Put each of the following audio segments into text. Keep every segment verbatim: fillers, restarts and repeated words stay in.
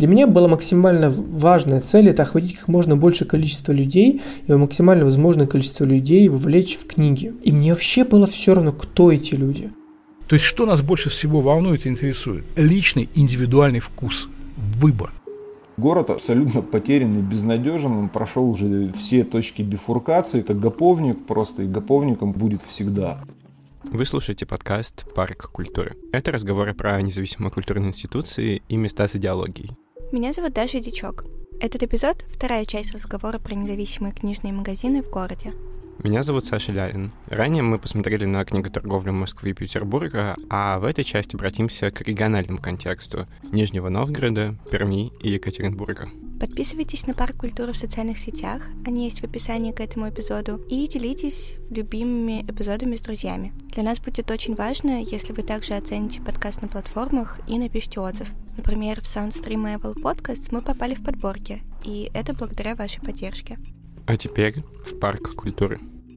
Для меня была максимально важная цель – это охватить как можно большее количество людей и максимально возможное количество людей вовлечь в книги. И мне вообще было все равно, кто эти люди. То есть что нас больше всего волнует и интересует? Личный индивидуальный вкус, выбор. Город абсолютно потерянный, безнадежен, он прошел уже все точки бифуркации, это гоповник просто, и гоповником будет всегда. Вы слушаете подкаст «Парк культуры». Это разговоры про независимые культурные институции и места с идеологией. Меня зовут Даша Дичок. Этот эпизод — вторая часть разговора про независимые книжные магазины в городе. Меня зовут Саша Лялин. Ранее мы посмотрели на книготорговлю Москвы и Петербурга, а в этой части обратимся к региональному контексту Нижнего Новгорода, Перми и Екатеринбурга. Подписывайтесь на Парк культуры в социальных сетях, они есть в описании к этому эпизоду, и делитесь любимыми эпизодами с друзьями. Для нас будет очень важно, если вы также оцените подкаст на платформах и напишите отзыв. Например, в Soundstream и Apple Podcasts мы попали в подборки, и это благодаря вашей поддержке. А теперь в Парк культуры.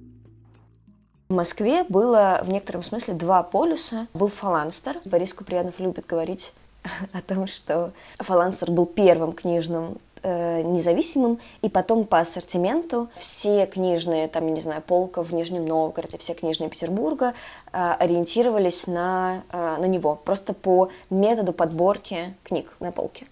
В Москве было в некотором смысле два полюса. Был Фаланстер. Борис Куприянов любит говорить о том, что Фаланстер был первым книжным э, независимым, и потом по ассортименту все книжные, там, я не знаю, полка в Нижнем Новгороде, все книжные Петербурга э, ориентировались на, э, на него, просто по методу подборки книг на полке.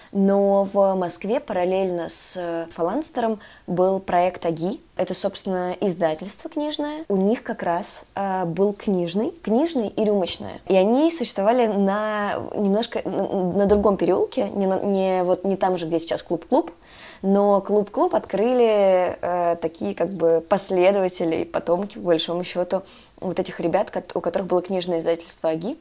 Но в Москве параллельно с Фаланстером был проект АГИ. Это, собственно, издательство книжное. У них как раз э, был книжный, книжный и рюмочное. И они существовали на немножко на, на другом переулке, не, на, не, вот, не там же, где сейчас клуб-клуб, но клуб-клуб открыли э, такие как бы последователи и потомки, по большому счету, вот этих ребят, у которых было книжное издательство АГИ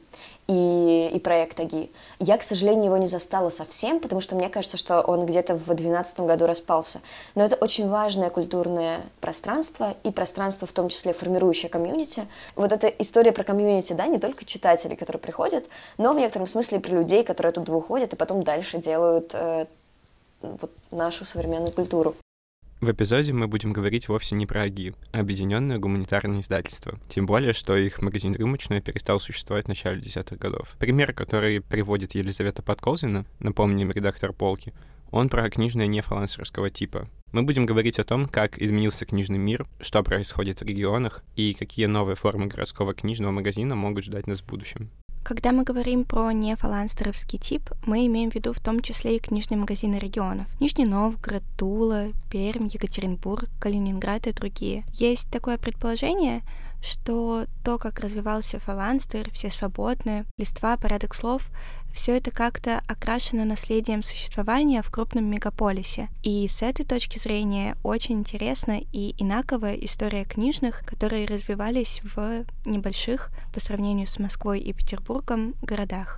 и, и проект АГИ. Я, к сожалению, его не застала совсем, потому что мне кажется, что он где-то в две тысячи двенадцатом году распался. Но это очень важное культурное пространство и пространство, в том числе формирующее комьюнити. Вот эта история про комьюнити, да, не только читателей, которые приходят, но в некотором смысле и про людей, которые оттуда выходят и потом дальше делают э, вот нашу современную культуру. В эпизоде мы будем говорить вовсе не про АГИ, а Объединенное гуманитарное издательство. Тем более, что их магазин «Рюмочная» перестал существовать в начале десятых годов. Пример, который приводит Елизавета Подколзина, напомним, редактор «Полки», он про книжное не фалансерского типа. Мы будем говорить о том, как изменился книжный мир, что происходит в регионах и какие новые формы городского книжного магазина могут ждать нас в будущем. Когда мы говорим про нефаланстеровский тип, мы имеем в виду в том числе и книжные магазины регионов. Нижний Новгород, Тула, Пермь, Екатеринбург, Калининград и другие. Есть такое предположение, что то, как развивался фаланстер, все свободные, листва, порядок слов, все это как-то окрашено наследием существования в крупном мегаполисе. И с этой точки зрения очень интересна и инаковая история книжных, которые развивались в небольших, по сравнению с Москвой и Петербургом, городах.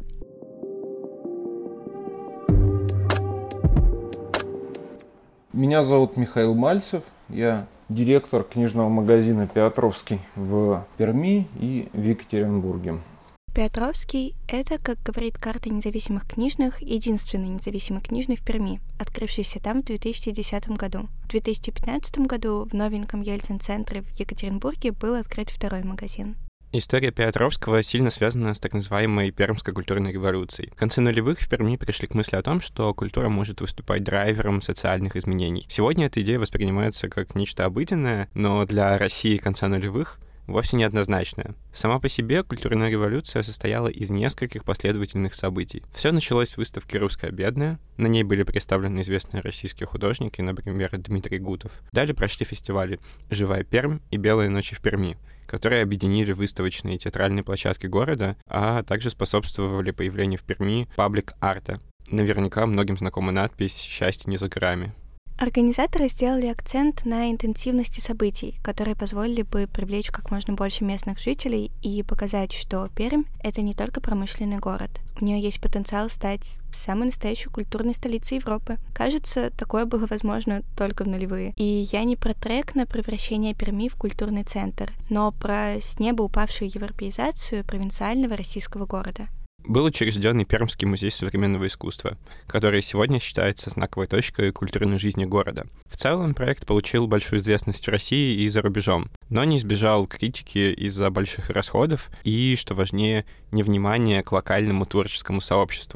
Меня зовут Михаил Мальцев, я директор книжного магазина «Петровский» в Перми и в Екатеринбурге. Петровский — это, как говорит карта независимых книжных, единственный независимый книжный в Перми, открывшийся там в две тысячи десятом году. В две тысячи пятнадцатом году в новеньком Ельцин-центре в Екатеринбурге был открыт второй магазин. История Петровского сильно связана с так называемой Пермской культурной революцией. В конце нулевых в Перми пришли к мысли о том, что культура может выступать драйвером социальных изменений. Сегодня эта идея воспринимается как нечто обыденное, но для России конца нулевых вовсе неоднозначная. Сама по себе культурная революция состояла из нескольких последовательных событий. Все началось с выставки «Русская бедная». На ней были представлены известные российские художники, например, Дмитрий Гутов. Далее прошли фестивали «Живая Пермь» и «Белые ночи в Перми», которые объединили выставочные и театральные площадки города, а также способствовали появлению в Перми паблик-арта. Наверняка многим знакома надпись «Счастье не за горами». Организаторы сделали акцент на интенсивности событий, которые позволили бы привлечь как можно больше местных жителей и показать, что Пермь — это не только промышленный город. У нее есть потенциал стать самой настоящей культурной столицей Европы. Кажется, такое было возможно только в нулевые. И я не про трек на превращение Перми в культурный центр, но про с неба упавшую европеизацию провинциального российского города. Был учрежден и Пермский музей современного искусства, который сегодня считается знаковой точкой культурной жизни города. В целом, проект получил большую известность в России и за рубежом, но не избежал критики из-за больших расходов и, что важнее, невнимания к локальному творческому сообществу.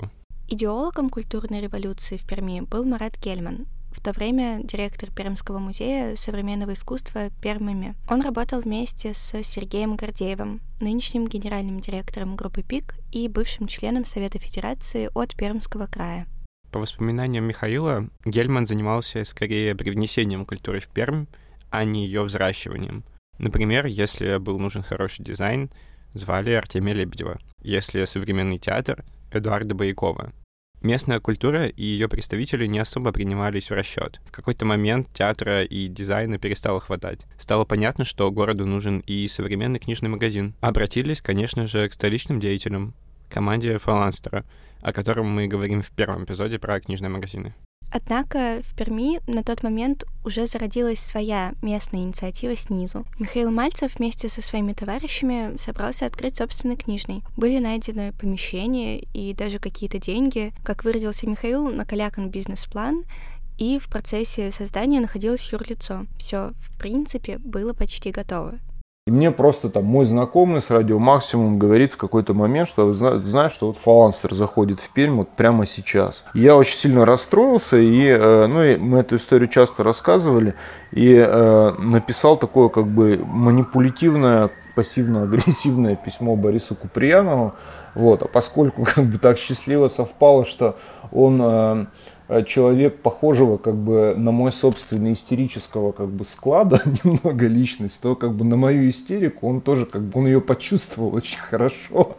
Идеологом культурной революции в Перми был Марат Гельман, в то время директор Пермского музея современного искусства «Пермыми». Он работал вместе с Сергеем Гордеевым, нынешним генеральным директором группы «Пик» и бывшим членом Совета Федерации от Пермского края. По воспоминаниям Михаила, Гельман занимался скорее привнесением культуры в Пермь, а не ее взращиванием. Например, если был нужен хороший дизайн, звали Артемия Лебедева. Если современный театр — Эдуарда Боякова. Местная культура и ее представители не особо принимались в расчет. В какой-то момент театра и дизайна перестало хватать. Стало понятно, что городу нужен и современный книжный магазин. Обратились, конечно же, к столичным деятелям, команде Фаланстера, о котором мы говорим в первом эпизоде про книжные магазины. Однако в Перми на тот момент уже зародилась своя местная инициатива снизу. Михаил Мальцев вместе со своими товарищами собрался открыть собственный книжный. Были найдены помещения и даже какие-то деньги. Как выразился Михаил, накалякан бизнес-план, и в процессе создания находилось юрлицо. Все, в принципе, было почти готово. И мне просто там мой знакомый с Радио Максимум говорит в какой-то момент, что знаешь, что вот Фаланстер заходит в Пермь вот прямо сейчас. И я очень сильно расстроился, и, ну, и мы эту историю часто рассказывали, и э, написал такое как бы манипулятивное, пассивно-агрессивное письмо Борису Куприянову. Вот. А поскольку как бы так счастливо совпало, что он... Э, человек похожего как бы на мой собственный истерического как бы склада немного личность, то как бы на мою истерику он тоже как бы он ее почувствовал очень хорошо.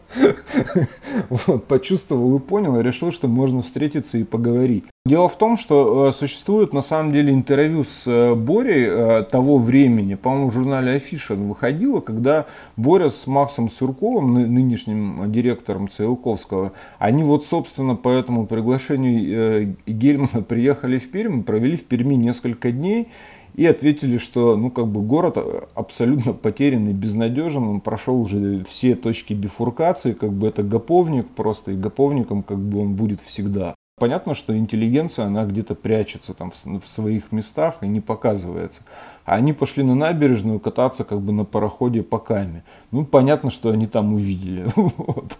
Вот, почувствовал и понял, и решил, что можно встретиться и поговорить. Дело в том, что э, существует на самом деле интервью с э, Борей э, того времени, по-моему, в журнале Афиша выходило, когда Боря с Максом Сурковым, ны- нынешним директором Циолковского, они вот, собственно, по этому приглашению э, Гельмана приехали в Пермь, провели в Перми несколько дней и ответили, что ну, как бы город абсолютно потерянный, безнадежен, он прошел уже все точки бифуркации, как бы это гоповник просто, и гоповником как бы он будет всегда. Понятно, что интеллигенция, она где-то прячется там в, в своих местах и не показывается. А они пошли на набережную кататься как бы на пароходе по Каме. Ну, понятно, что они там увидели. Вот.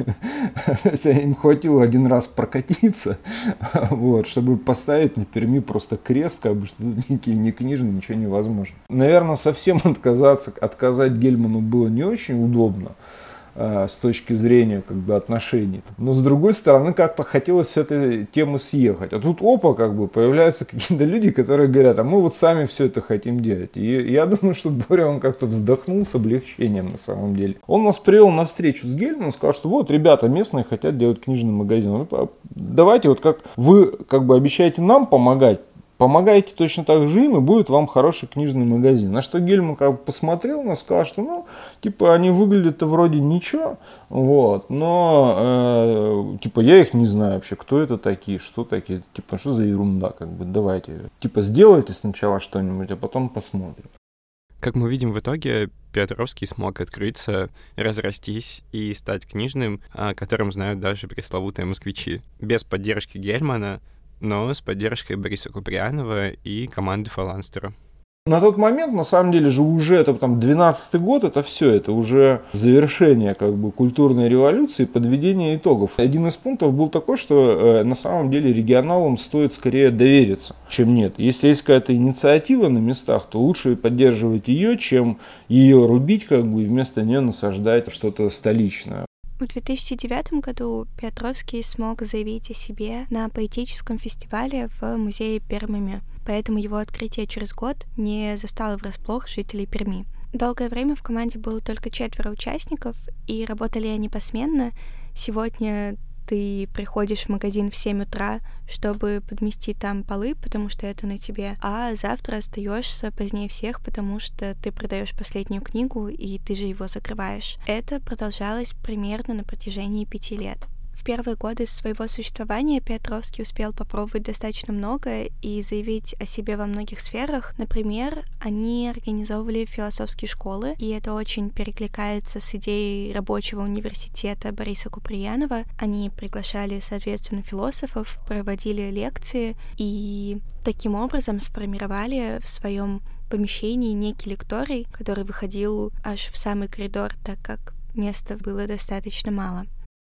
Им хватило один раз прокатиться, вот, чтобы поставить на Перми просто крест, как бы, что никакие не книжные, ничего невозможно. Наверное, совсем отказаться, отказать Гельману было не очень удобно с точки зрения как бы отношений. Но с другой стороны, как-то хотелось с этой темы съехать. А тут опа, как бы появляются какие-то люди, которые говорят, а мы вот сами все это хотим делать. И я думаю, что Боря, он как-то вздохнул с облегчением на самом деле. Он нас привел на встречу с Гельманом, сказал, что вот ребята местные хотят делать книжный магазин. Давайте вот как вы как бы обещаете нам помогать, помогайте точно так же им, и будет вам хороший книжный магазин. На что Гельман как бы посмотрел на, сказал, что ну, типа, они выглядят-то вроде ничего, вот, но, э, типа, я их не знаю вообще, кто это такие, что такие, типа, что за ерунда, как бы, давайте, типа, сделайте сначала что-нибудь, а потом посмотрим. Как мы видим в итоге, Петровский смог открыться, разрастись и стать книжным, о котором знают даже пресловутые москвичи. Без поддержки Гельмана, но с поддержкой Бориса Куприянова и команды Фаланстера. На тот момент, на самом деле, же уже это там двенадцатый год, это все, это уже завершение как бы культурной революции, подведение итогов. Один из пунктов был такой, что э, на самом деле регионалам стоит скорее довериться, чем нет. Если есть какая-то инициатива на местах, то лучше поддерживать ее, чем ее рубить, как бы, и вместо нее насаждать что-то столичное. В две тысячи девятом году Петровский смог заявить о себе на поэтическом фестивале в музее Пермыми, поэтому его открытие через год не застало врасплох жителей Перми. Долгое время в команде было только четверо участников, и работали они посменно. Сегодня ты приходишь в магазин в семь утра, чтобы подмести там полы, потому что это на тебе, а завтра остаешься позднее всех, потому что ты продаешь последнюю книгу, и ты же его закрываешь. Это продолжалось примерно на протяжении пяти лет. В первые годы своего существования Петровский успел попробовать достаточно много и заявить о себе во многих сферах. Например, они организовывали философские школы, и это очень перекликается с идеей рабочего университета Бориса Куприянова. Они приглашали, соответственно, философов, проводили лекции и таким образом сформировали в своем помещении некий лекторий, который выходил аж в самый коридор, так как места было достаточно мало.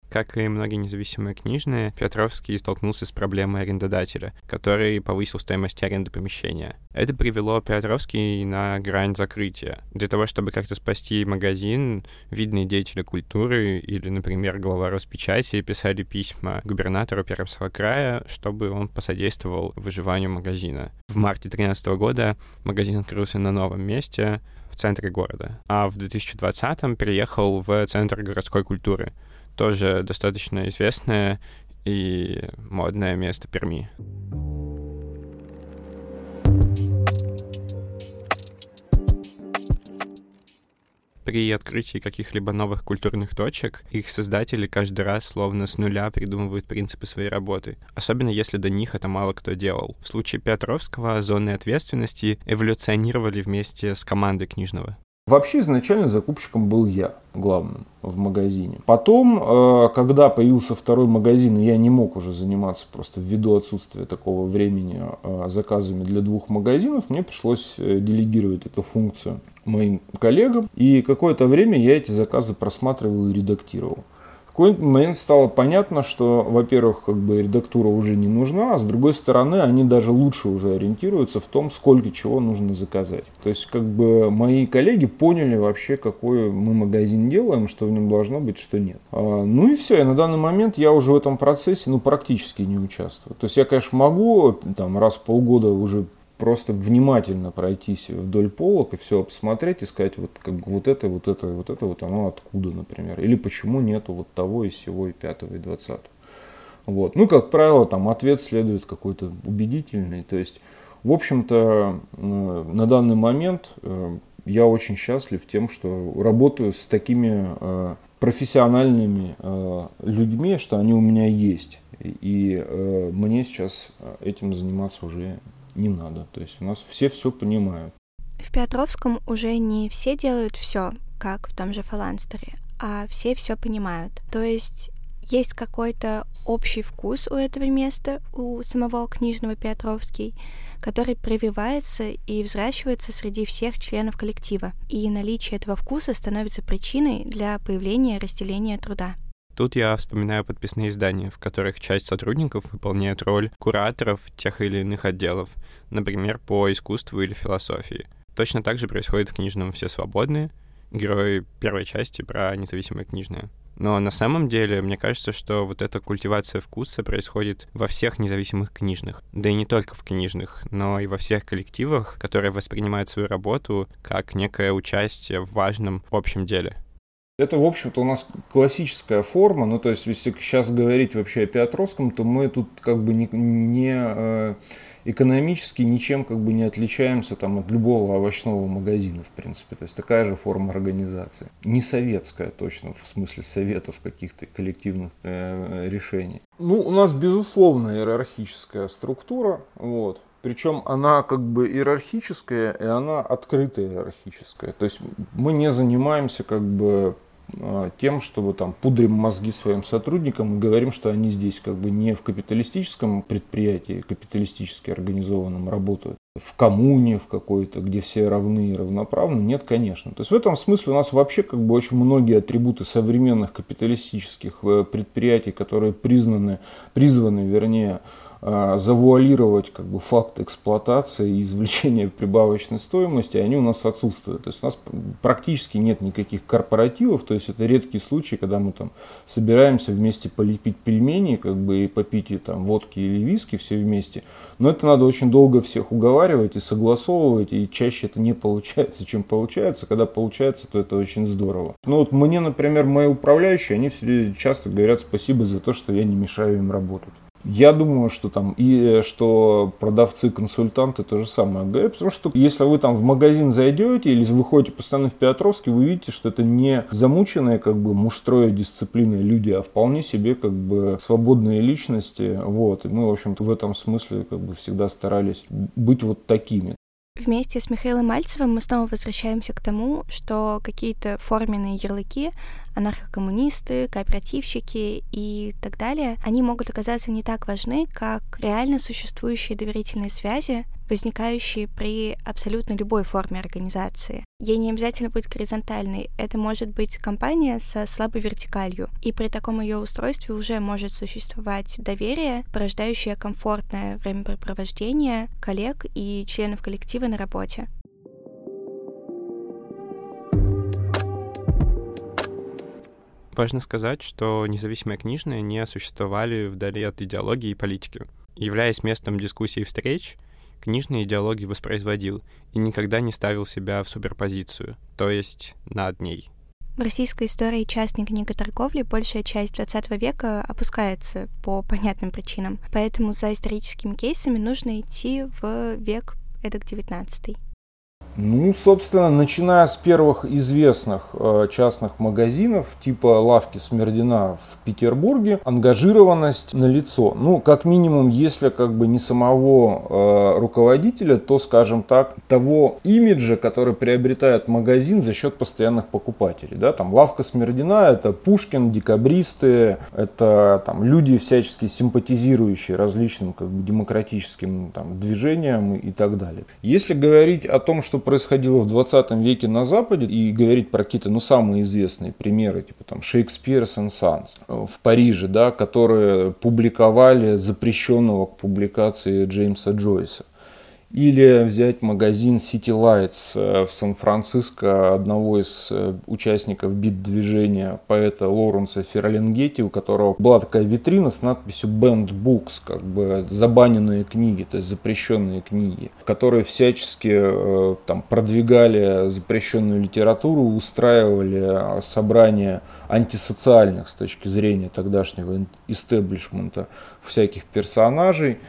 Как и многие независимые книжные, Петровский столкнулся с проблемой арендодателя, который повысил стоимость аренды помещения. Это привело Петровский на грань закрытия. Для того, чтобы как-то спасти магазин, видные деятели культуры или, например, глава Роспечати писали письма губернатору Пермского края, чтобы он посодействовал выживанию магазина. В марте две тысячи тринадцатого года магазин открылся на новом месте в центре города, а в две тысячи двадцатом переехал в Центр городской культуры, тоже достаточно известное и модное место Перми. При открытии каких-либо новых культурных точек их создатели каждый раз словно с нуля придумывают принципы своей работы, особенно если до них это мало кто делал. В случае Петровского зоны ответственности эволюционировали вместе с командой книжного. Вообще изначально закупщиком был я, главным в магазине. Потом, когда появился второй магазин, и я не мог уже заниматься просто ввиду отсутствия такого времени заказами для двух магазинов, мне пришлось делегировать эту функцию моим коллегам. И какое-то время я эти заказы просматривал и редактировал. В какой-то момент стало понятно, что, во-первых, как бы редактура уже не нужна, а с другой стороны, они даже лучше уже ориентируются в том, сколько чего нужно заказать. То есть, как бы мои коллеги поняли вообще, какой мы магазин делаем, что в нем должно быть, что нет. А, ну и все, и на данный момент я уже в этом процессе, ну, практически не участвую. То есть, я, конечно, могу там раз в полгода уже просто внимательно пройтись вдоль полок и все посмотреть и сказать, вот, как бы, вот это, вот это, вот это, вот оно откуда, например. Или почему нету вот того и сего, и пятого, и двадцатого. Вот. Ну, как правило, там ответ следует какой-то убедительный. То есть, в общем-то, на данный момент я очень счастлив тем, что работаю с такими профессиональными людьми, что они у меня есть. И мне сейчас этим заниматься уже не надо. То есть у нас все все понимают. В Петровском уже не все делают все, как в том же Фаланстере, а все все понимают. То есть есть какой-то общий вкус у этого места, у самого книжного Петровский, который прививается и взращивается среди всех членов коллектива. И наличие этого вкуса становится причиной для появления разделения труда. Тут я вспоминаю подписные издания, в которых часть сотрудников выполняет роль кураторов тех или иных отделов, например, по искусству или философии. Точно так же происходит в книжном «Все свободные», герои первой части про независимое книжное. Но на самом деле, мне кажется, что вот эта культивация вкуса происходит во всех независимых книжных. Да и не только в книжных, но и во всех коллективах, которые воспринимают свою работу как некое участие в важном общем деле. Это, в общем-то, у нас классическая форма, ну, то есть, если сейчас говорить вообще о Петровском, то мы тут как бы не, не э, экономически ничем как бы не отличаемся там от любого овощного магазина, в принципе. То есть, такая же форма организации. Не советская точно, в смысле советов каких-то коллективных э, решений. Ну, у нас, безусловно, иерархическая структура, вот. Причем она как бы иерархическая, и она открытая иерархическая. То есть мы не занимаемся как бы тем, чтобы там пудрим мозги своим сотрудникам и говорим, что они здесь как бы не в капиталистическом предприятии, капиталистически организованном работают, в коммуне в какой-то, где все равны и равноправны. Нет, конечно. То есть в этом смысле у нас вообще как бы очень многие атрибуты современных капиталистических предприятий, которые признаны, призваны, вернее, завуалировать как бы факт эксплуатации и извлечения прибавочной стоимости, они у нас отсутствуют. То есть у нас практически нет никаких корпоративов, то есть это редкие случаи, когда мы там собираемся вместе полепить пельмени, как бы и попить и, там, водки или виски все вместе. Но это надо очень долго всех уговаривать и согласовывать, и чаще это не получается, чем получается. Когда получается, то это очень здорово. Ну вот мне, например, мои управляющие, они все часто говорят спасибо за то, что я не мешаю им работать. Я думаю, что там и что продавцы, консультанты то же самое говорят, потому что если вы там в магазин зайдете или вы ходите постоянно в Петровский, вы видите, что это не замученные как бы муштроя дисциплиной люди, а вполне себе как бы свободные личности, вот. И мы, в общем-то, в этом смысле как бы всегда старались быть вот такими. Вместе с Михаилом Мальцевым мы снова возвращаемся к тому, что какие-то форменные ярлыки, анархокоммунисты, кооперативщики и так далее, они могут оказаться не так важны, как реально существующие доверительные связи возникающие при абсолютно любой форме организации. Ей не обязательно быть горизонтальной, это может быть компания со слабой вертикалью, и при таком ее устройстве уже может существовать доверие, порождающее комфортное времяпрепровождение коллег и членов коллектива на работе. Важно сказать, что независимые книжные не существовали вдали от идеологии и политики. Являясь местом дискуссий и встреч, книжные идеологии воспроизводил и никогда не ставил себя в суперпозицию, то есть над ней. В российской истории частной книготорговли большая часть двадцатого века опускается по понятным причинам, поэтому за историческими кейсами нужно идти в век эдак девятнадцатый. Ну, собственно, начиная с первых известных э, частных магазинов, типа лавки Смердина в Петербурге, ангажированность налицо. Ну, как минимум, если как бы не самого э, руководителя, то, скажем так, того имиджа, который приобретает магазин за счет постоянных покупателей. Да? Там лавка Смердина — это Пушкин, декабристы, это там люди, всячески симпатизирующие различным как бы демократическим там движениям и, и так далее. Если говорить о том, что происходило в двадцатом веке на Западе, и говорить про какие-то, ну, самые известные примеры, типа там Shakespeare's and Sons в Париже, да, которые публиковали запрещенного к публикации Джеймса Джойса. Или взять магазин City Lights в Сан-Франциско, одного из участников бит-движения, поэта Лоуренса Ферлингетти, у которого была такая витрина с надписью Banned Books, как бы забаненные книги, то есть запрещенные книги, которые всячески там продвигали запрещенную литературу, устраивали собрания антисоциальных с точки зрения тогдашнего истеблишмента всяких персонажей.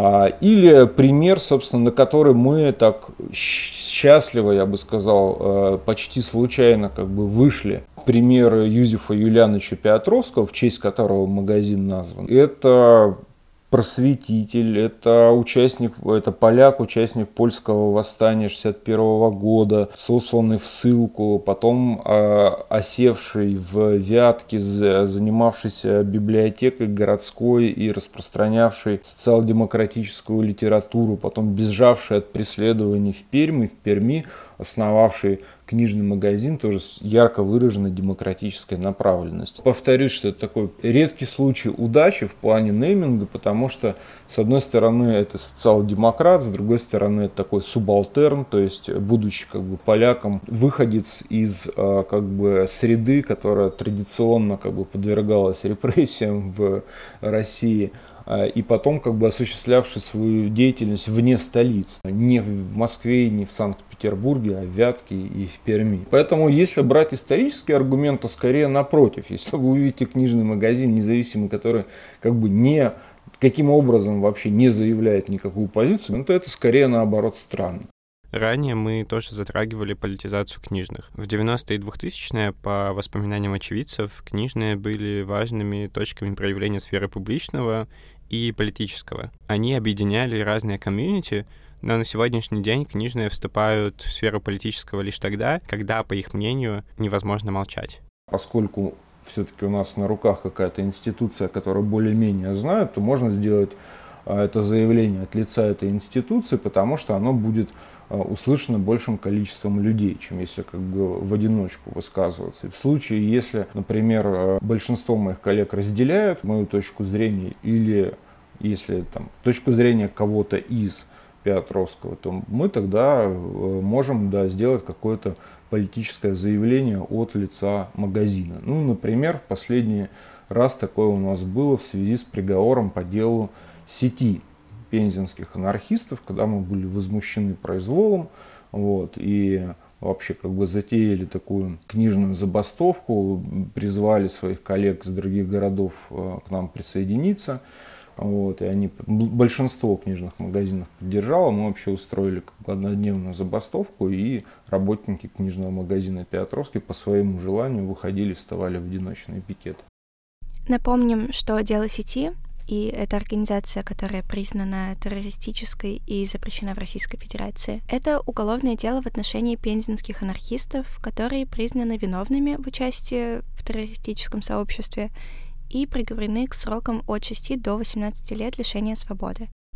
Или пример, собственно, на который мы так счастливо, я бы сказал, почти случайно как бы вышли. Пример Юзефа Юлиановича Петровского, в честь которого магазин назван. Это просветитель, это участник, это поляк, участник польского восстания шестьдесят первого года, сосланный в ссылку, потом э, осевший в Вятке, занимавшийся библиотекой городской и распространявший социал-демократическую литературу, потом бежавший от преследований в Перми, в Перми, основавший книжный магазин, тоже с ярко выраженной демократической направленностью. Повторюсь, что это такой редкий случай удачи в плане нейминга, потому что, с одной стороны, это социал-демократ, с другой стороны, это такой субалтерн, то есть, будучи как бы поляком, выходец из как бы среды, которая традиционно как бы подвергалась репрессиям в России, и потом как бы осуществлявший свою деятельность вне столиц, не в Москве, не в Санкт-Петербурге, а в Вятке и в Перми. Поэтому, если брать исторические аргументы, то скорее напротив. Если вы увидите книжный магазин независимый, который как бы не каким образом вообще не заявляет никакую позицию, то это скорее наоборот странно. Ранее мы тоже затрагивали политизацию книжных. В девяностые и двухтысячные, по воспоминаниям очевидцев, книжные были важными точками проявления сферы публичного и политического. Они объединяли разные комьюнити, но на сегодняшний день книжные вступают в сферу политического лишь тогда, когда, по их мнению, невозможно молчать. Поскольку все-таки у нас на руках какая-то институция, которую более-менее знают, то можно сделать это заявление от лица этой институции, потому что оно будет услышано большим количеством людей, чем если как бы в одиночку высказываться. И в случае, если, например, большинство моих коллег разделяют мою точку зрения, или если там точку зрения кого-то из Петровского, то мы тогда можем, да, сделать какое-то политическое заявление от лица магазина. Ну, например, в последний раз такое у нас было в связи с приговором по делу сети пензенских анархистов, когда мы были возмущены произволом, вот, и вообще как бы затеяли такую книжную забастовку, призвали своих коллег из других городов к нам присоединиться. Вот, и они, большинство книжных магазинов поддержало. Мы вообще устроили как бы однодневную забастовку, и работники книжного магазина Петровский по своему желанию выходили, вставали в одиночные пикеты. Напомним, что дело сети, и это организация, которая признана террористической и запрещена в Российской Федерации. Это уголовное дело в отношении пензенских анархистов, которые признаны виновными в участии в террористическом сообществе и приговорены к срокам от шести до восемнадцати лет лишения свободы.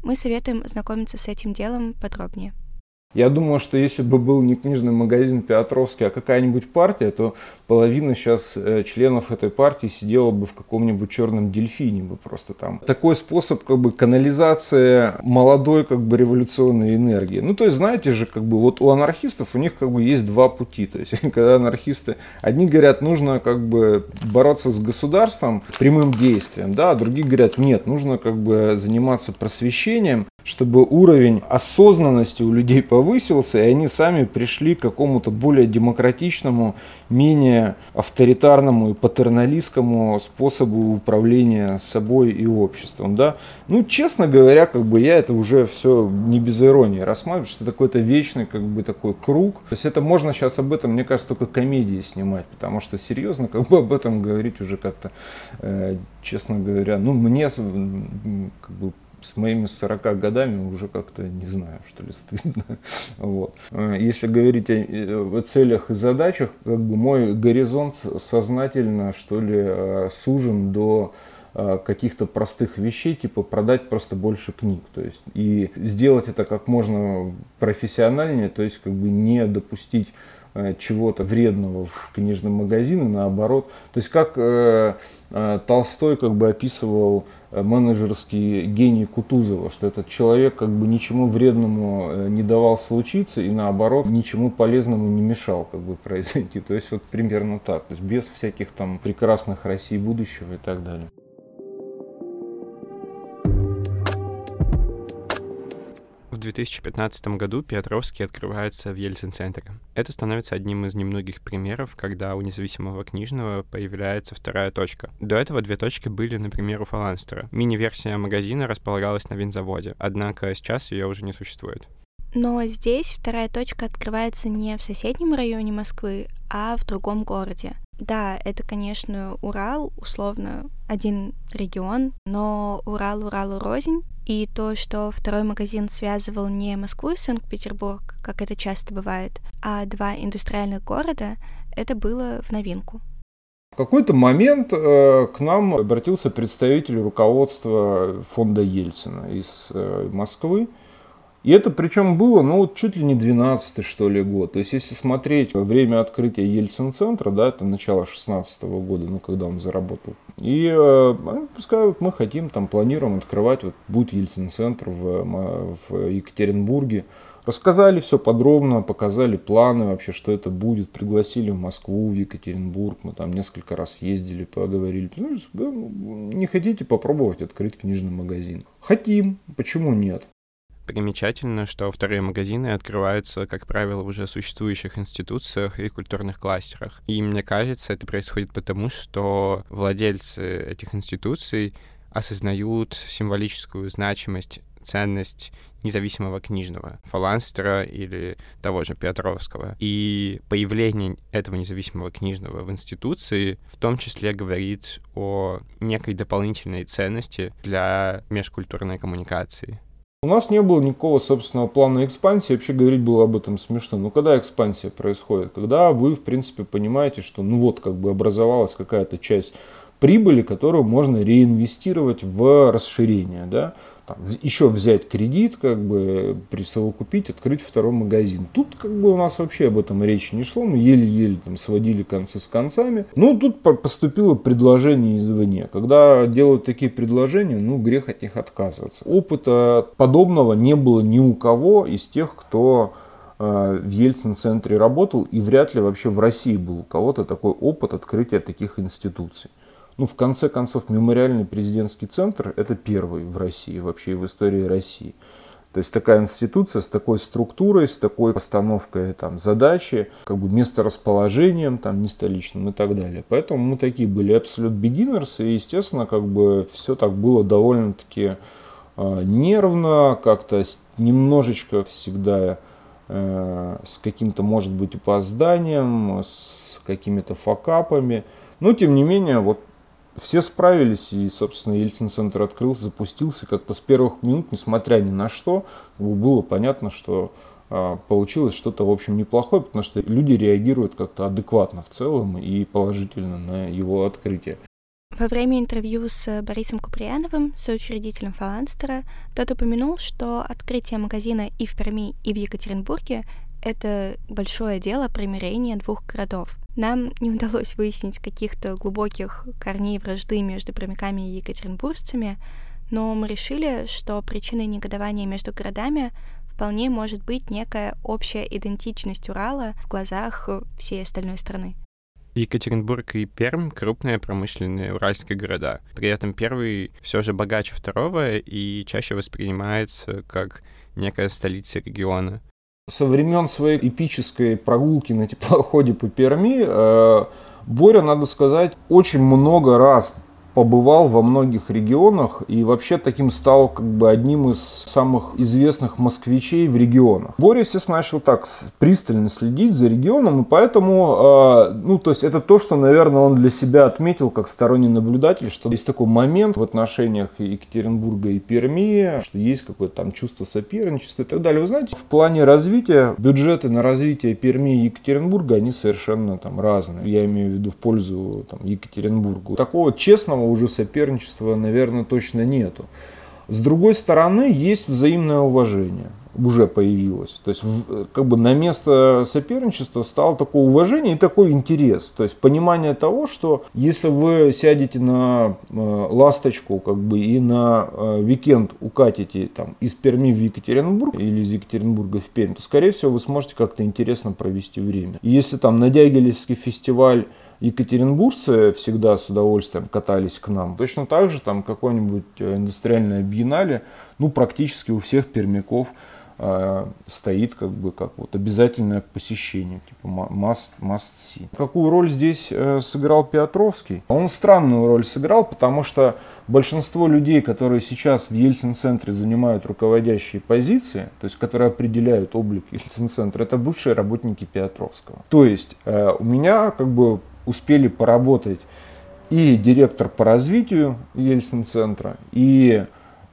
Мы советуем ознакомиться с этим делом подробнее. Я думаю, что если бы был не книжный магазин Петровский, а какая-нибудь партия, то половина сейчас членов этой партии сидела бы в каком-нибудь черном дельфине бы просто там. Такой способ как бы канализации молодой как бы революционной энергии. Ну то есть знаете же, как бы вот у анархистов у них как бы есть два пути. То есть когда анархисты, одни говорят, нужно как бы бороться с государством прямым действием, да, а другие говорят, нет, нужно как бы заниматься просвещением, чтобы уровень осознанности у людей повысился, и они сами пришли к какому-то более демократичному, менее авторитарному и патерналистскому способу управления собой и обществом. Да? Ну, честно говоря, как бы я это уже все не без иронии рассматриваю, что это какой-то вечный как бы такой круг. То есть это можно сейчас об этом, мне кажется, только комедии снимать, потому что серьезно как бы об этом говорить уже как-то, э, честно говоря, ну, мне как бы с моими сорока годами уже как-то, не знаю, что ли, стыдно. Вот. Если говорить о, о целях и задачах, как бы мой горизонт сознательно, что ли, сужен до каких-то простых вещей, типа продать просто больше книг. То есть, и сделать это как можно профессиональнее, то есть как бы не допустить чего-то вредного в книжном магазине, наоборот. То есть как э, э, Толстой как бы описывал менеджерский гений Кутузова, что этот человек как бы ничему вредному не давал случиться и наоборот ничему полезному не мешал как бы произойти. То есть вот примерно так, то есть без всяких там прекрасных Россий будущего и так далее. В две тысячи пятнадцатом году Петровский открывается в Ельцин-центре. Это становится одним из немногих примеров, когда у независимого книжного появляется вторая точка. До этого две точки были, например, у Фаланстера. Мини-версия магазина располагалась на винзаводе, однако сейчас ее уже не существует. Но здесь вторая точка открывается не в соседнем районе Москвы, а в другом городе. Да, это, конечно, Урал, условно, один регион, но Урал Уралу рознь. И то, что второй магазин связывал не Москву и Санкт-Петербург, как это часто бывает, а два индустриальных города, это было в новинку. В какой-то момент э, к нам обратился представитель руководства фонда Ельцина из э, Москвы. И это причем было, ну, вот чуть ли не двенадцатый, что ли, год. То есть, если смотреть время открытия Ельцин-центра, да, это начало шестнадцатого года, ну, когда он заработал. И э, пускай вот мы хотим, там, планируем открывать, вот будет Ельцин-центр в, в Екатеринбурге. Рассказали все подробно, показали планы вообще, что это будет. Пригласили в Москву, в Екатеринбург. Мы там несколько раз ездили, поговорили. Ну, не хотите попробовать открыть книжный магазин? Хотим. Почему нет? Примечательно, что вторые магазины открываются, как правило, в уже существующих институциях и культурных кластерах. И мне кажется, это происходит потому, что владельцы этих институций осознают символическую значимость, ценность независимого книжного, Фаланстера или того же Петровского. И появление этого независимого книжного в институции в том числе говорит о некой дополнительной ценности для межкультурной коммуникации. У нас не было никакого собственного плана экспансии, вообще говорить было об этом смешно. Но когда экспансия происходит? Когда вы, в принципе, понимаете, что ну вот как бы образовалась какая-то часть прибыли, которую можно реинвестировать в расширение, да? Там, еще взять кредит, как бы присовокупить, открыть второй магазин. Тут как бы у нас вообще об этом речи не шло, мы еле-еле там сводили концы с концами. Но тут поступило предложение извне. Когда делают такие предложения, ну грех от них отказываться. Опыта подобного не было ни у кого из тех, кто э, в Ельцин-центре работал, и вряд ли вообще в России был у кого-то такой опыт открытия таких институций. Ну, в конце концов, мемориальный президентский центр – это первый в России, вообще в истории России. То есть такая институция с такой структурой, с такой постановкой там, задачи, как бы месторасположением, там, не столичным и так далее. Поэтому мы такие были absolute beginners, и, естественно, как бы все так было довольно-таки э, нервно, как-то немножечко всегда э, с каким-то, может быть, опозданием, с какими-то факапами. Но, тем не менее, вот все справились, и, собственно, Ельцин-центр открылся, запустился как-то с первых минут, несмотря ни на что, было понятно, что а, получилось что-то, в общем, неплохое, потому что люди реагируют как-то адекватно в целом и положительно на его открытие. Во время интервью с Борисом Куприяновым, соучредителем Фаланстера, тот упомянул, что открытие магазина и в Перми, и в Екатеринбурге — это большое дело примирения двух городов. Нам не удалось выяснить каких-то глубоких корней вражды между пермяками и екатеринбуржцами, но мы решили, что причиной негодования между городами вполне может быть некая общая идентичность Урала в глазах всей остальной страны. Екатеринбург и Пермь — крупные промышленные уральские города. При этом первый все же богаче второго и чаще воспринимается как некая столица региона. Со времен своей эпической прогулки на теплоходе по Перми э, Боря, надо сказать, очень много раз побывал во многих регионах и вообще таким стал как бы одним из самых известных москвичей в регионах. Боря, естественно, начал так пристально следить за регионом, и поэтому, э, ну, то есть это то, что, наверное, он для себя отметил как сторонний наблюдатель, что есть такой момент в отношениях Екатеринбурга и Перми, что есть какое-то там чувство соперничества и так далее. Вы знаете, в плане развития, бюджеты на развитие Перми и Екатеринбурга, они совершенно там разные. Я имею в виду в пользу там, Екатеринбургу. Такого честного уже соперничества, наверное, точно нету. С другой стороны, есть взаимное уважение. Уже появилось. То есть, в, как бы на место соперничества стало такое уважение и такой интерес. То есть, понимание того, что если вы сядете на э, ласточку, как бы, и на э, уикенд укатите там, из Перми в Екатеринбург или из Екатеринбурга в Пермь, то, скорее всего, вы сможете как-то интересно провести время. И если там на Дягилевский фестиваль екатеринбуржцы всегда с удовольствием катались к нам, точно так же там какое-нибудь индустриальное биеннале, ну, практически у всех пермяков э, стоит как бы как вот обязательное посещение, типа must, must see. Какую роль здесь э, сыграл Петровский? Он странную роль сыграл, потому что большинство людей, которые сейчас в Ельцин-центре занимают руководящие позиции, то есть которые определяют облик Ельцин-центра, это бывшие работники Петровского. То есть э, у меня как бы успели поработать и директор по развитию Ельцин-центра, и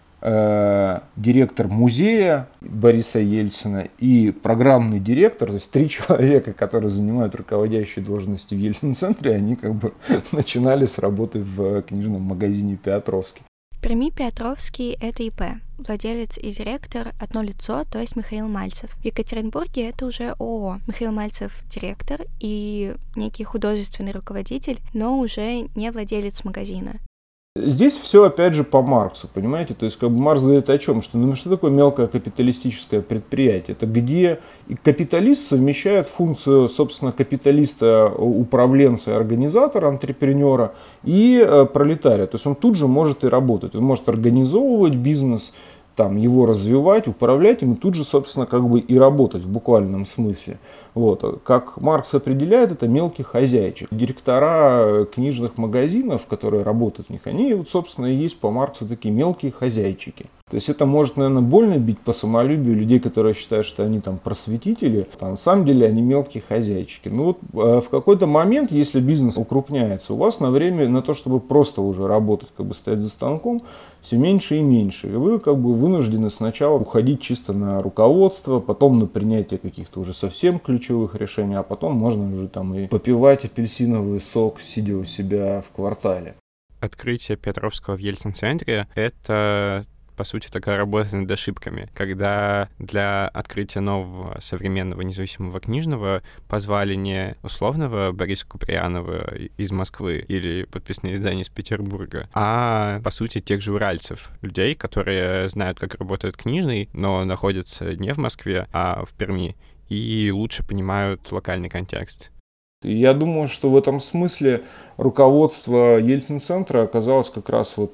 э, директор музея Бориса Ельцина, и программный директор, то есть три человека, которые занимают руководящие должности в Ельцин-центре, они как бы начинали с работы в книжном магазине Петровский. В Перми Петровский — это ИП. Владелец и директор — одно лицо, то есть Михаил Мальцев. В Екатеринбурге это уже ООО. Михаил Мальцев — директор и некий художественный руководитель, но уже не владелец магазина. Здесь все опять же по Марксу, понимаете? То есть как бы Маркс говорит о чем? Что, ну, что такое мелкое капиталистическое предприятие? Это где и капиталист совмещает функцию, собственно, капиталиста, управленца, организатора, антрепренера и э, пролетария. То есть он тут же может и работать. Он может организовывать бизнес, там, его развивать, управлять им, и тут же, собственно, как бы и работать в буквальном смысле. Вот. Как Маркс определяет, это мелкий хозяйчик. Директора книжных магазинов, которые работают в них, они, вот, собственно, и есть по Марксу такие мелкие хозяйчики. То есть это может, наверное, больно бить по самолюбию людей, которые считают, что они там просветители, а на самом деле они мелкие хозяйчики. Ну вот э, в какой-то момент, если бизнес укрупняется, у вас на время на то, чтобы просто уже работать, как бы стоять за станком, все меньше и меньше. И вы как бы вынуждены сначала уходить чисто на руководство, потом на принятие каких-то уже совсем ключевых решений, а потом можно уже там и попивать апельсиновый сок, сидя у себя в квартале. Открытие Петровского в Ельцин-центре — это, по сути, такая работа над ошибками, когда для открытия нового современного независимого книжного позвали не условного Бориса Куприянова из Москвы или подписные издания из Петербурга, а, по сути, тех же уральцев, людей, которые знают, как работает книжный, но находятся не в Москве, а в Перми, и лучше понимают локальный контекст. Я думаю, что в этом смысле руководство Ельцин-центра оказалось как раз вот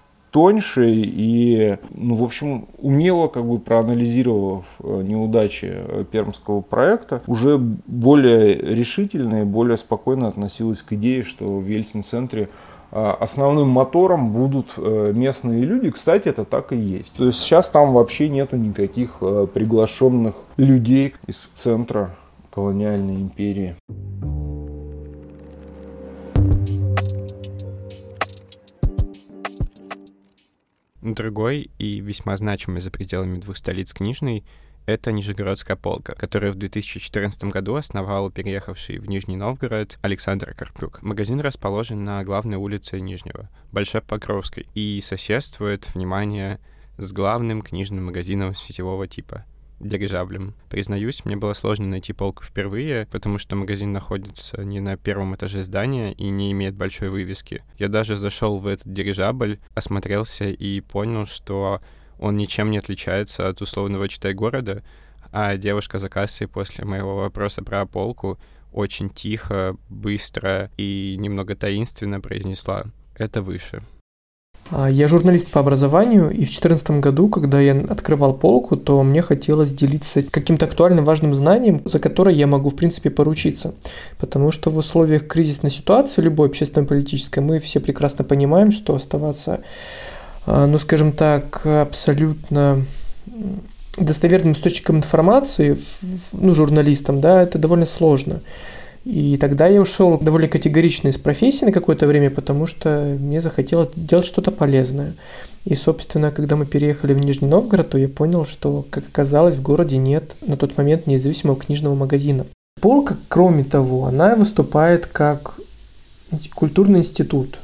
тоньше и, ну, в общем, умело, как бы проанализировав неудачи пермского проекта, уже более решительно и более спокойно относилась к идее, что в Ельцин-центре основным мотором будут местные люди. Кстати, это так и есть. То есть сейчас там вообще нету никаких приглашенных людей из центра колониальной империи. Другой и весьма значимый за пределами двух столиц книжный Это Нижегородская полка, которую в две тысячи четырнадцатом году основал переехавший в Нижний Новгород Александр Карпюк. Магазин расположен на главной улице Нижнего, Большой Покровской, и соседствует, внимание, с главным книжным магазином сетевого типа — Дирижаблем. Признаюсь, мне было сложно найти полку впервые, потому что магазин находится не на первом этаже здания и не имеет большой вывески. Я даже зашел в этот Дирижабль, осмотрелся и понял, что он ничем не отличается от условного читай города, а девушка за кассой после моего вопроса про полку очень тихо, быстро и немного таинственно произнесла: «Это выше». Я журналист по образованию, и в две тысячи четырнадцатом году, когда я открывал полку, то мне хотелось делиться каким-то актуальным важным знанием, за которое я могу, в принципе, поручиться. Потому что в условиях кризисной ситуации, любой общественно-политической, мы все прекрасно понимаем, что оставаться, ну, скажем так, абсолютно достоверным источником информации, ну, журналистам, да, это довольно сложно. И тогда я ушел довольно категорично из профессии на какое-то время, потому что мне захотелось делать что-то полезное. И, собственно, когда мы переехали в Нижний Новгород, то я понял, что, как оказалось, в городе нет на тот момент независимого книжного магазина. Полка, кроме того, она выступает как культурный институт.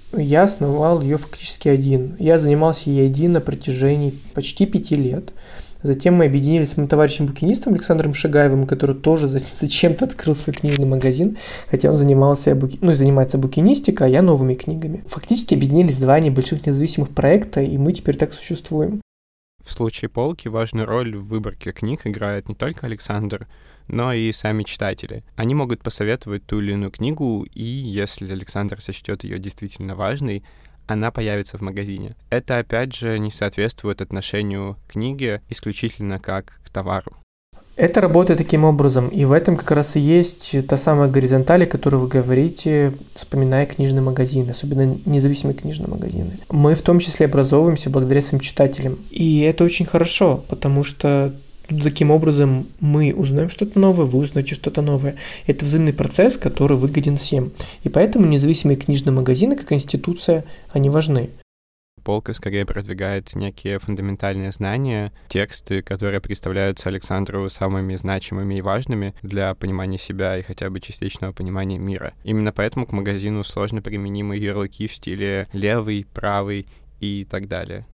Я основал ее фактически один. Я занимался ей один на протяжении почти пяти лет. Затем мы объединились с моим товарищем-букинистом Александром Шигаевым, который тоже зачем-то открыл свой книжный магазин, хотя он занимался, буки... ну, занимается букинистикой, а я новыми книгами. Фактически объединились два небольших независимых проекта, и мы теперь так существуем. В случае полки важную роль в выборке книг играет не только Александр, но и сами читатели. Они могут посоветовать ту или иную книгу, и если Александр сочтет ее действительно важной, она появится в магазине. Это, опять же, не соответствует отношению к книге исключительно как к товару. Это работает таким образом, и в этом как раз и есть та самая горизонталь, о которой вы говорите, вспоминая книжные магазины, особенно независимые книжные магазины. Мы в том числе образовываемся благодаря своим читателям, и это очень хорошо, потому что таким образом мы узнаем что-то новое, вы узнаете что-то новое. Это взаимный процесс, который выгоден всем. И поэтому независимые книжные магазины, как институция, они важны. Полка скорее продвигает некие фундаментальные знания, тексты, которые представляются Александру самыми значимыми и важными для понимания себя и хотя бы частичного понимания мира. Именно поэтому к магазину сложно применимы ярлыки в стиле «левый», «правый» и так далее.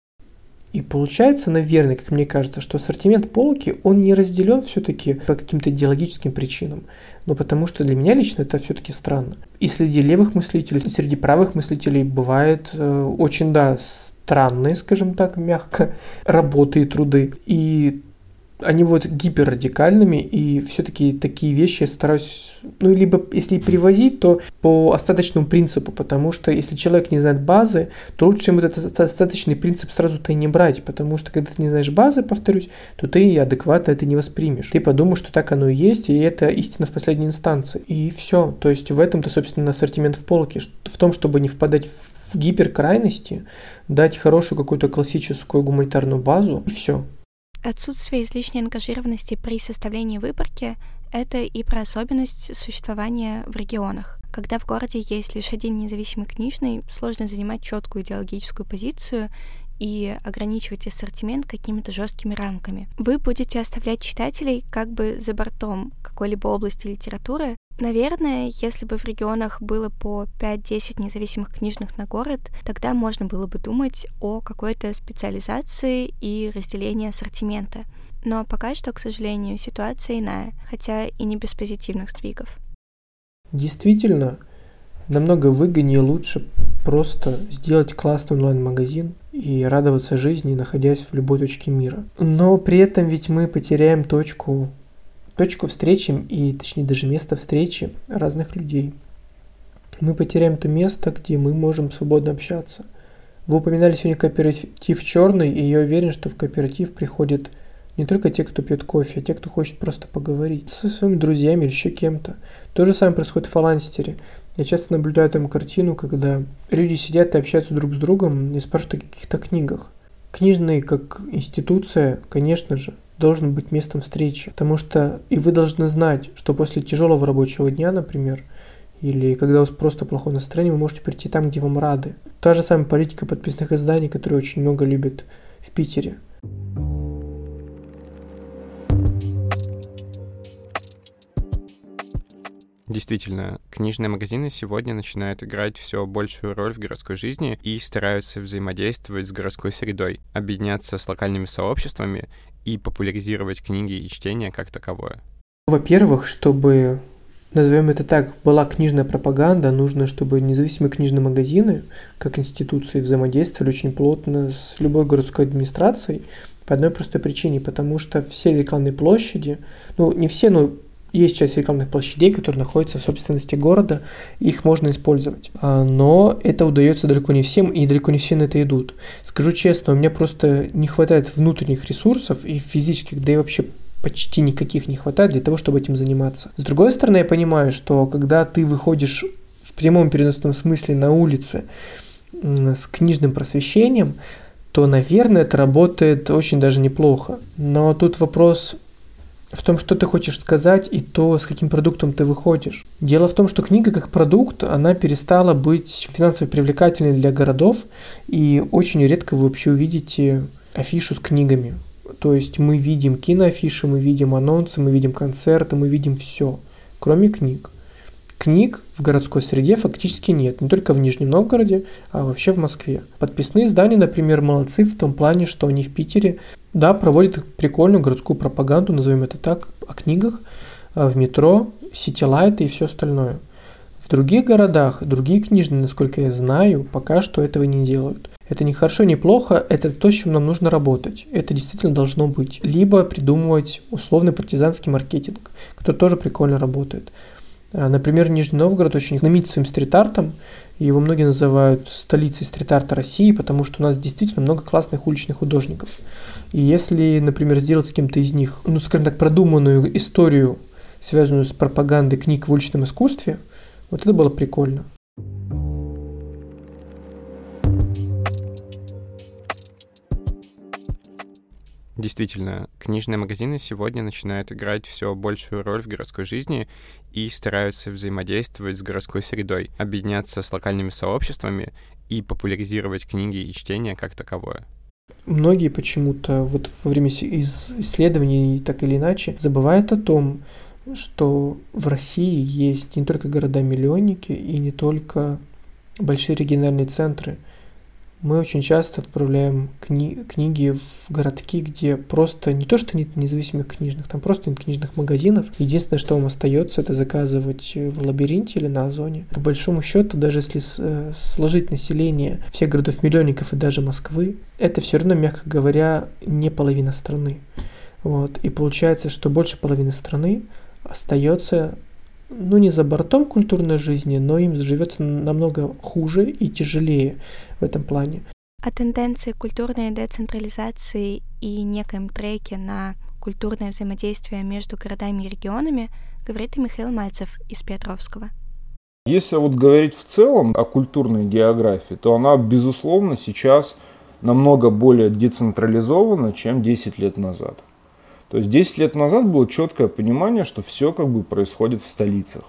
И получается, наверное, как мне кажется, что ассортимент полки, он не разделен все-таки по каким-то идеологическим причинам. Но потому что для меня лично это все-таки странно. И среди левых мыслителей, и среди правых мыслителей бывают э, очень, да, странные, скажем так, мягко, работы и труды. И они вот гиперрадикальными, и все-таки такие вещи я стараюсь, ну, либо если и привозить, то по остаточному принципу, потому что если человек не знает базы, то лучше ему этот остаточный принцип сразу-то и не брать, потому что когда ты не знаешь базы, повторюсь, то ты адекватно это не воспримешь. Ты подумаешь, что так оно и есть, и это истина в последней инстанции. И все. То есть в этом-то, собственно, ассортимент в полке, в том, чтобы не впадать в гиперкрайности, дать хорошую какую-то классическую гуманитарную базу, и все. Отсутствие излишней ангажированности при составлении выборки – это и про особенность существования в регионах. Когда в городе есть лишь один независимый книжный, сложно занимать четкую идеологическую позицию и ограничивать ассортимент какими-то жесткими рамками. Вы будете оставлять читателей как бы за бортом какой-либо области литературы. Наверное, если бы в регионах было по пять-десять независимых книжных на город, тогда можно было бы думать о какой-то специализации и разделении ассортимента. Но пока что, к сожалению, ситуация иная, хотя и не без позитивных сдвигов. Действительно, намного выгоднее и лучше просто сделать классный онлайн-магазин и радоваться жизни, находясь в любой точке мира. Но при этом ведь мы потеряем точку точку встречи, и точнее даже место встречи разных людей. Мы потеряем то место, где мы можем свободно общаться. Вы упоминали сегодня кооператив «Черный», и я уверен, что в кооператив приходят не только те, кто пьет кофе, а те, кто хочет просто поговорить со своими друзьями или еще кем-то. То же самое происходит в Фаланстере. Я часто наблюдаю там картину, когда люди сидят и общаются друг с другом и спрашивают о каких-то книгах. Книжный, как институция, конечно же, должен быть местом встречи, потому что и вы должны знать, что после тяжелого рабочего дня, например, или когда у вас просто плохое настроение, вы можете прийти там, где вам рады. Та же самая политика подписных изданий, которую очень много любят в Питере. Действительно, книжные магазины сегодня начинают играть все большую роль в городской жизни и стараются взаимодействовать с городской средой, объединяться с локальными сообществами и популяризировать книги и чтение как таковое. Во-первых, чтобы, назовем это так, была книжная пропаганда, нужно, чтобы независимые книжные магазины, как институции, взаимодействовали очень плотно с любой городской администрацией по одной простой причине, потому что все рекламные площади, ну не все, но есть часть рекламных площадей, которые находятся в собственности города, их можно использовать. Но это удается далеко не всем, и далеко не все на это идут. Скажу честно, у меня просто не хватает внутренних ресурсов и физических, да и вообще почти никаких не хватает для того, чтобы этим заниматься. С другой стороны, я понимаю, что когда ты выходишь в прямом переносном смысле на улице с книжным просвещением, то, наверное, это работает очень даже неплохо. Но тут вопрос в том, что ты хочешь сказать, и то, с каким продуктом ты выходишь. Дело в том, что книга как продукт, она перестала быть финансово привлекательной для городов, и очень редко вы вообще увидите афишу с книгами. То есть мы видим киноафиши, мы видим анонсы, мы видим концерты, мы видим все, кроме книг. Книг в городской среде фактически нет, не только в Нижнем Новгороде, а вообще в Москве. Подписные издания, например, молодцы в том плане, что они в Питере, да, проводят прикольную городскую пропаганду, назовем это так, о книгах, в метро, ситилайты и все остальное. В других городах, другие книжные, насколько я знаю, пока что этого не делают. Это не хорошо, не плохо, это то, с чем нам нужно работать. Это действительно должно быть. Либо придумывать условный партизанский маркетинг, который тоже прикольно работает. Например, Нижний Новгород очень знаменит своим стрит-артом, и его многие называют столицей стрит-арта России, потому что у нас действительно много классных уличных художников. И если, например, сделать с кем-то из них, ну, скажем так, продуманную историю, связанную с пропагандой книг в уличном искусстве, вот это было прикольно. Действительно, книжные магазины сегодня начинают играть все большую роль в городской жизни и стараются взаимодействовать с городской средой, объединяться с локальными сообществами и популяризировать книги и чтение как таковое. Многие почему-то вот во время исследований так или иначе забывают о том, что в России есть не только города-миллионники и не только большие региональные центры. Мы очень часто отправляем кни- книги в городки, где просто не то, что нет независимых книжных, там просто нет книжных магазинов. Единственное, что вам остается, это заказывать в Лабиринте или на Озоне. По большому счету, даже если с- сложить население всех городов-миллионников и даже Москвы, это все равно, мягко говоря, не половина страны. Вот. И получается, что больше половины страны остается, ну, не за бортом культурной жизни, но им живется намного хуже и тяжелее в этом плане. О тенденции культурной децентрализации и некоем треке на культурное взаимодействие между городами и регионами говорит и Михаил Мальцев из Петровского. Если вот говорить в целом о культурной географии, то она, безусловно, сейчас намного более децентрализована, чем десять лет назад. То есть десять лет назад было четкое понимание, что все как бы происходит в столицах,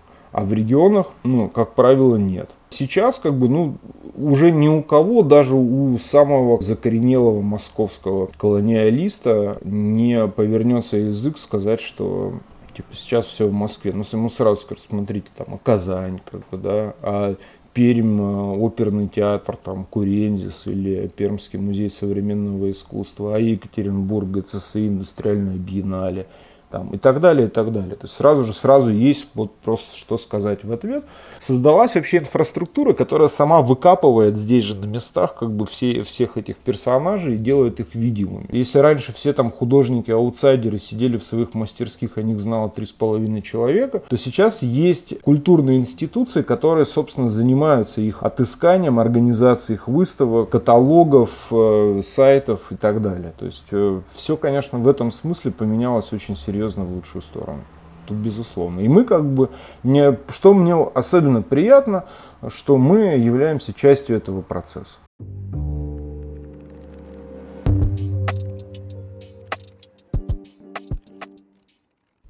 а в регионах, ну, как правило, нет. Сейчас как бы, ну, уже ни у кого, даже у самого закоренелого московского колониалиста не повернется язык сказать, что типа сейчас все в Москве. Ну, ему сразу скажут, смотрите, там, а Казань, как бы, да, а Пермь, оперный театр, там, Курензис или Пермский музей современного искусства, а Екатеринбург, ГЦСИ, индустриальная биеннале, там, и так далее, и так далее. То есть сразу же, сразу есть вот просто что сказать в ответ. Создалась вообще инфраструктура, которая сама выкапывает здесь же на местах как бы все, всех этих персонажей и делает их видимыми. Если раньше все там художники-аутсайдеры сидели в своих мастерских, о них знало три с половиной человека, то сейчас есть культурные институции, которые, собственно, занимаются их отысканием, организацией их выставок, каталогов, э, сайтов и так далее. То есть э, все, конечно, в этом смысле поменялось очень серьезно в лучшую сторону. Тут безусловно. И мы как бы, мне, что мне особенно приятно, что мы являемся частью этого процесса.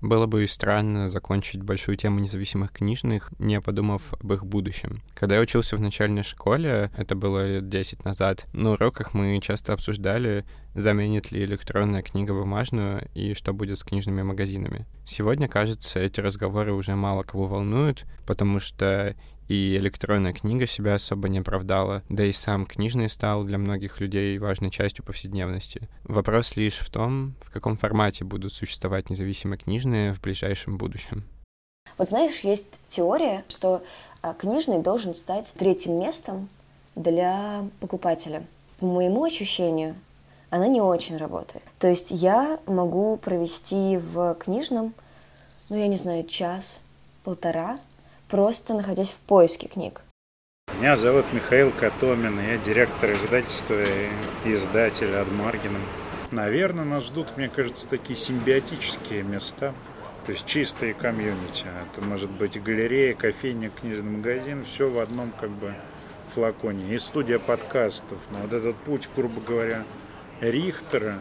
Было бы странно закончить большую тему независимых книжных, не подумав об их будущем. Когда я учился в начальной школе, это было лет десять назад, на уроках мы часто обсуждали, заменит ли электронная книга бумажную и что будет с книжными магазинами. Сегодня, кажется, эти разговоры уже мало кого волнуют, потому что и электронная книга себя особо не оправдала, да и сам книжный стал для многих людей важной частью повседневности. Вопрос лишь в том, в каком формате будут существовать независимые книжные в ближайшем будущем. Вот знаешь, есть теория, что книжный должен стать третьим местом для покупателя. По моему ощущению, она не очень работает. То есть я могу провести в книжном, ну я не знаю, час, полтора, просто находясь в поиске книг. Меня зовут Михаил Котомин, я директор издательства и издатель Адмаргина. Наверное, нас ждут, мне кажется, такие симбиотические места, то есть чистые комьюнити. Это может быть галерея, кофейня, книжный магазин, все в одном как бы флаконе. И студия подкастов. Но вот этот путь, грубо говоря, Рихтера,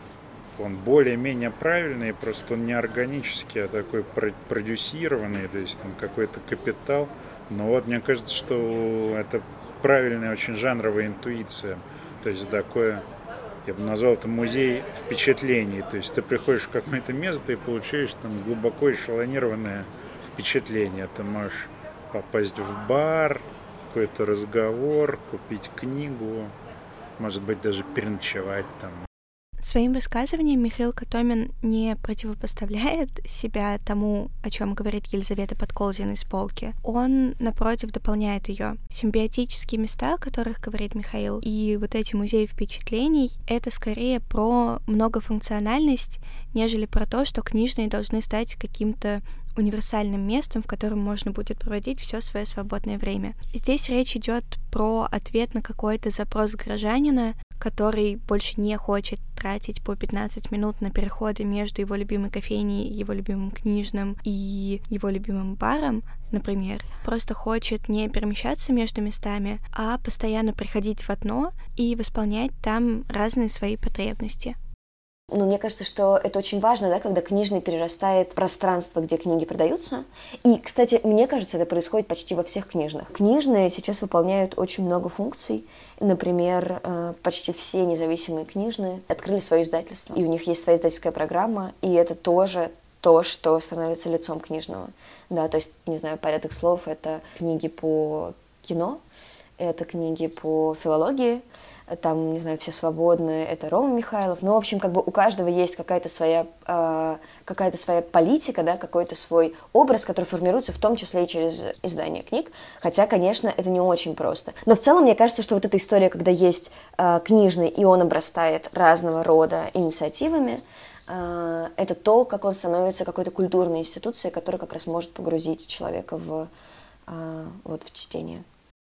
он более-менее правильный, просто он не органический, а такой продюсированный, то есть там какой-то капитал. Но вот мне кажется, что это правильная очень жанровая интуиция. То есть такое, я бы назвал это музей впечатлений. То есть ты приходишь в какое-то место и получаешь там глубоко эшелонированное впечатление. Ты можешь попасть в бар, какой-то разговор, купить книгу, может быть, даже переночевать там. Своим высказыванием Михаил Котомин не противопоставляет себя тому, о чем говорит Елизавета Подколзина из «Полки». Он, напротив, дополняет ее. Симбиотические места, о которых говорит Михаил, и вот эти музеи впечатлений — это скорее про многофункциональность, нежели про то, что книжные должны стать каким-то универсальным местом, в котором можно будет проводить все свое свободное время. Здесь речь идет про ответ на какой-то запрос горожанина, который больше не хочет тратить по пятнадцать минут на переходы между его любимой кофейней, его любимым книжным и его любимым баром, например, просто хочет не перемещаться между местами, а постоянно приходить в одно и восполнять там разные свои потребности. Ну, мне кажется, что это очень важно, да, когда книжный перерастает в пространство, где книги продаются. И, кстати, мне кажется, это происходит почти во всех книжных. Книжные сейчас выполняют очень много функций. Например, почти все независимые книжные открыли свое издательство, и у них есть своя издательская программа, и это тоже то, что становится лицом книжного. Да, то есть, не знаю, порядок слов — это книги по кино, это книги по филологии, там, не знаю, все свободные, это Рома Михайлов. Ну, в общем, как бы у каждого есть какая-то своя, э, какая-то своя политика, да, какой-то свой образ, который формируется в том числе и через издание книг. Хотя, конечно, это не очень просто. Но в целом, мне кажется, что вот эта история, когда есть э, книжный, и он обрастает разного рода инициативами, э, это то, как он становится какой-то культурной институцией, которая как раз может погрузить человека в, э, вот, в чтение.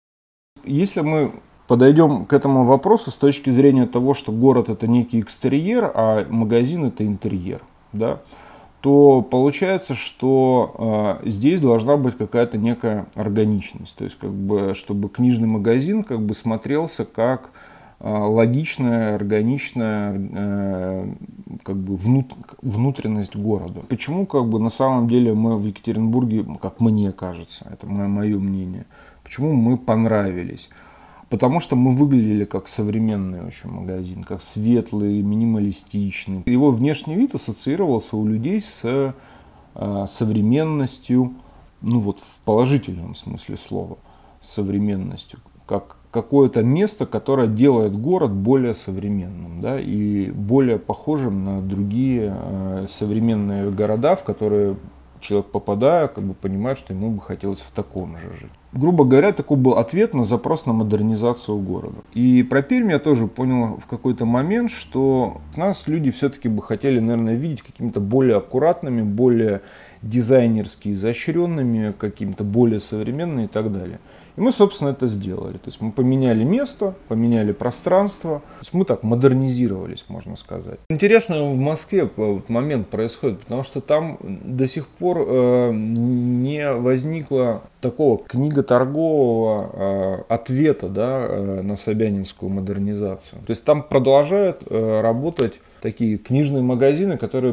Если мы подойдем к этому вопросу с точки зрения того, что город — это некий экстерьер, а магазин — это интерьер, да, то получается, что э, здесь должна быть какая-то некая органичность. То есть, как бы, чтобы книжный магазин как бы смотрелся как э, логичная, органичная э, как бы внут, внутренность города. Почему как бы, на самом деле мы в Екатеринбурге, как мне кажется, это мое, мое мнение, почему мы понравились? Потому что мы выглядели как современный очень магазин, как светлый, минималистичный. Его внешний вид ассоциировался у людей с э, современностью, ну вот в положительном смысле слова, современностью, как какое-то место, которое делает город более современным, да, и более похожим на другие э, современные города, в которые человек, попадая, как бы понимает, что ему бы хотелось в таком же жить. Грубо говоря, такой был ответ на запрос на модернизацию города. И про Пермь я тоже понял в какой-то момент, что нас люди все-таки бы хотели, наверное, видеть какими-то более аккуратными, более дизайнерски изощренными, какими-то более современными и так далее. И мы, собственно, это сделали. То есть мы поменяли место, поменяли пространство. То есть мы так модернизировались, можно сказать. Интересно в Москве вот момент происходит, потому что там до сих пор э, не возникло такого книготоргового э, ответа, да, э, на собянинскую модернизацию. То есть там продолжают э, работать такие книжные магазины, которые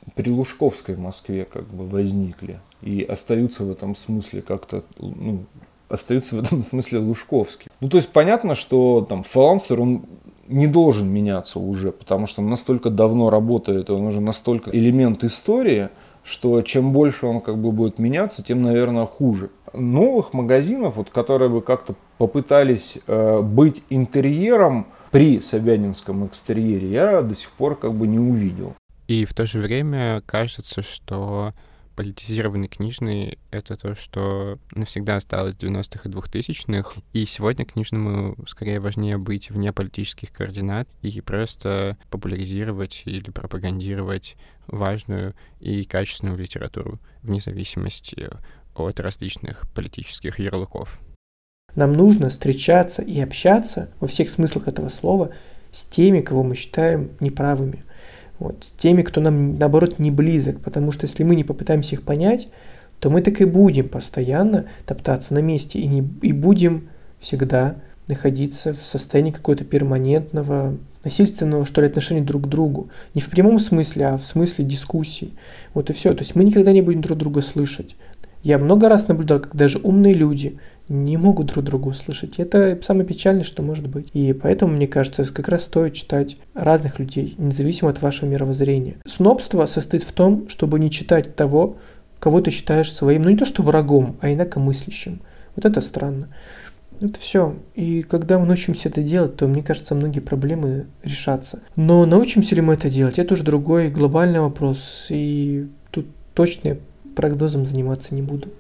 при Лужковской Москве как бы возникли и остаются в этом смысле как-то, ну, остаются в этом смысле Лужковские. Ну, то есть понятно, что там фрилансер, он не должен меняться уже, потому что он настолько давно работает, и он уже настолько элемент истории, что чем больше он как бы будет меняться, тем, наверное, хуже. Новых магазинов, вот, которые бы как-то попытались э, быть интерьером при собянинском экстерьере, я до сих пор как бы не увидел. И в то же время кажется, что политизированный книжный — это то, что навсегда осталось в девяностых и двухтысячных. И сегодня книжному скорее важнее быть вне политических координат и просто популяризировать или пропагандировать важную и качественную литературу вне зависимости от различных политических ярлыков. Нам нужно встречаться и общаться во всех смыслах этого слова с теми, кого мы считаем неправыми. Вот, теми, кто нам, наоборот, не близок, потому что если мы не попытаемся их понять, то мы так и будем постоянно топтаться на месте и, не, и будем всегда находиться в состоянии какого-то перманентного, насильственного, что ли, отношения друг к другу. Не в прямом смысле, а в смысле дискуссий. Вот и все. То есть мы никогда не будем друг друга слышать. Я много раз наблюдал, как даже умные люди не могут друг друга услышать. Это самое печальное, что может быть. И поэтому, мне кажется, как раз стоит читать разных людей, независимо от вашего мировоззрения. Снобство состоит в том, чтобы не читать того, кого ты считаешь своим, ну не то что врагом, а инакомыслящим. Вот это странно. Это все. И когда мы научимся это делать, то, мне кажется, многие проблемы решатся. Но научимся ли мы это делать, это уже другой глобальный вопрос. И тут точно прогнозом заниматься не буду.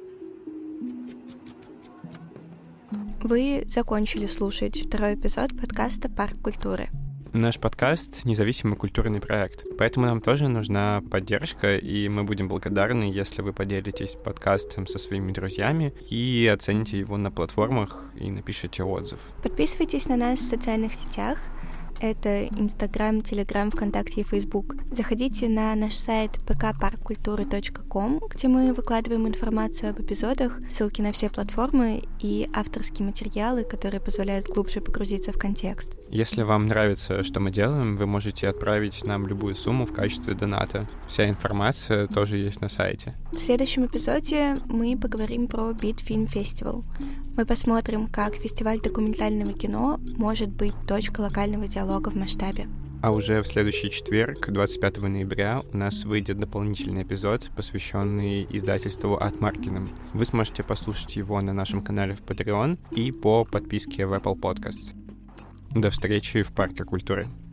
Вы закончили слушать второй эпизод подкаста «Парк культуры». Наш подкаст — независимый культурный проект, поэтому нам тоже нужна поддержка, и мы будем благодарны, если вы поделитесь подкастом со своими друзьями и оцените его на платформах и напишите отзыв. Подписывайтесь на нас в социальных сетях. Это Инстаграм, Телеграм, ВКонтакте и Фейсбук. Заходите на наш сайт пэ ка парк культуры точка ком, где мы выкладываем информацию об эпизодах, ссылки на все платформы и авторские материалы, которые позволяют глубже погрузиться в контекст. Если вам нравится, что мы делаем, вы можете отправить нам любую сумму в качестве доната. Вся информация тоже есть на сайте. В следующем эпизоде мы поговорим про Beat Film Festival. Мы посмотрим, как фестиваль документального кино может быть точкой локального диалога в масштабе. А уже в следующий четверг, двадцать пятого ноября, у нас выйдет дополнительный эпизод, посвященный издательству Ад Маркиным. Вы сможете послушать его на нашем канале в Patreon и по подписке в Apple Podcasts. До встречи в Парке культуры.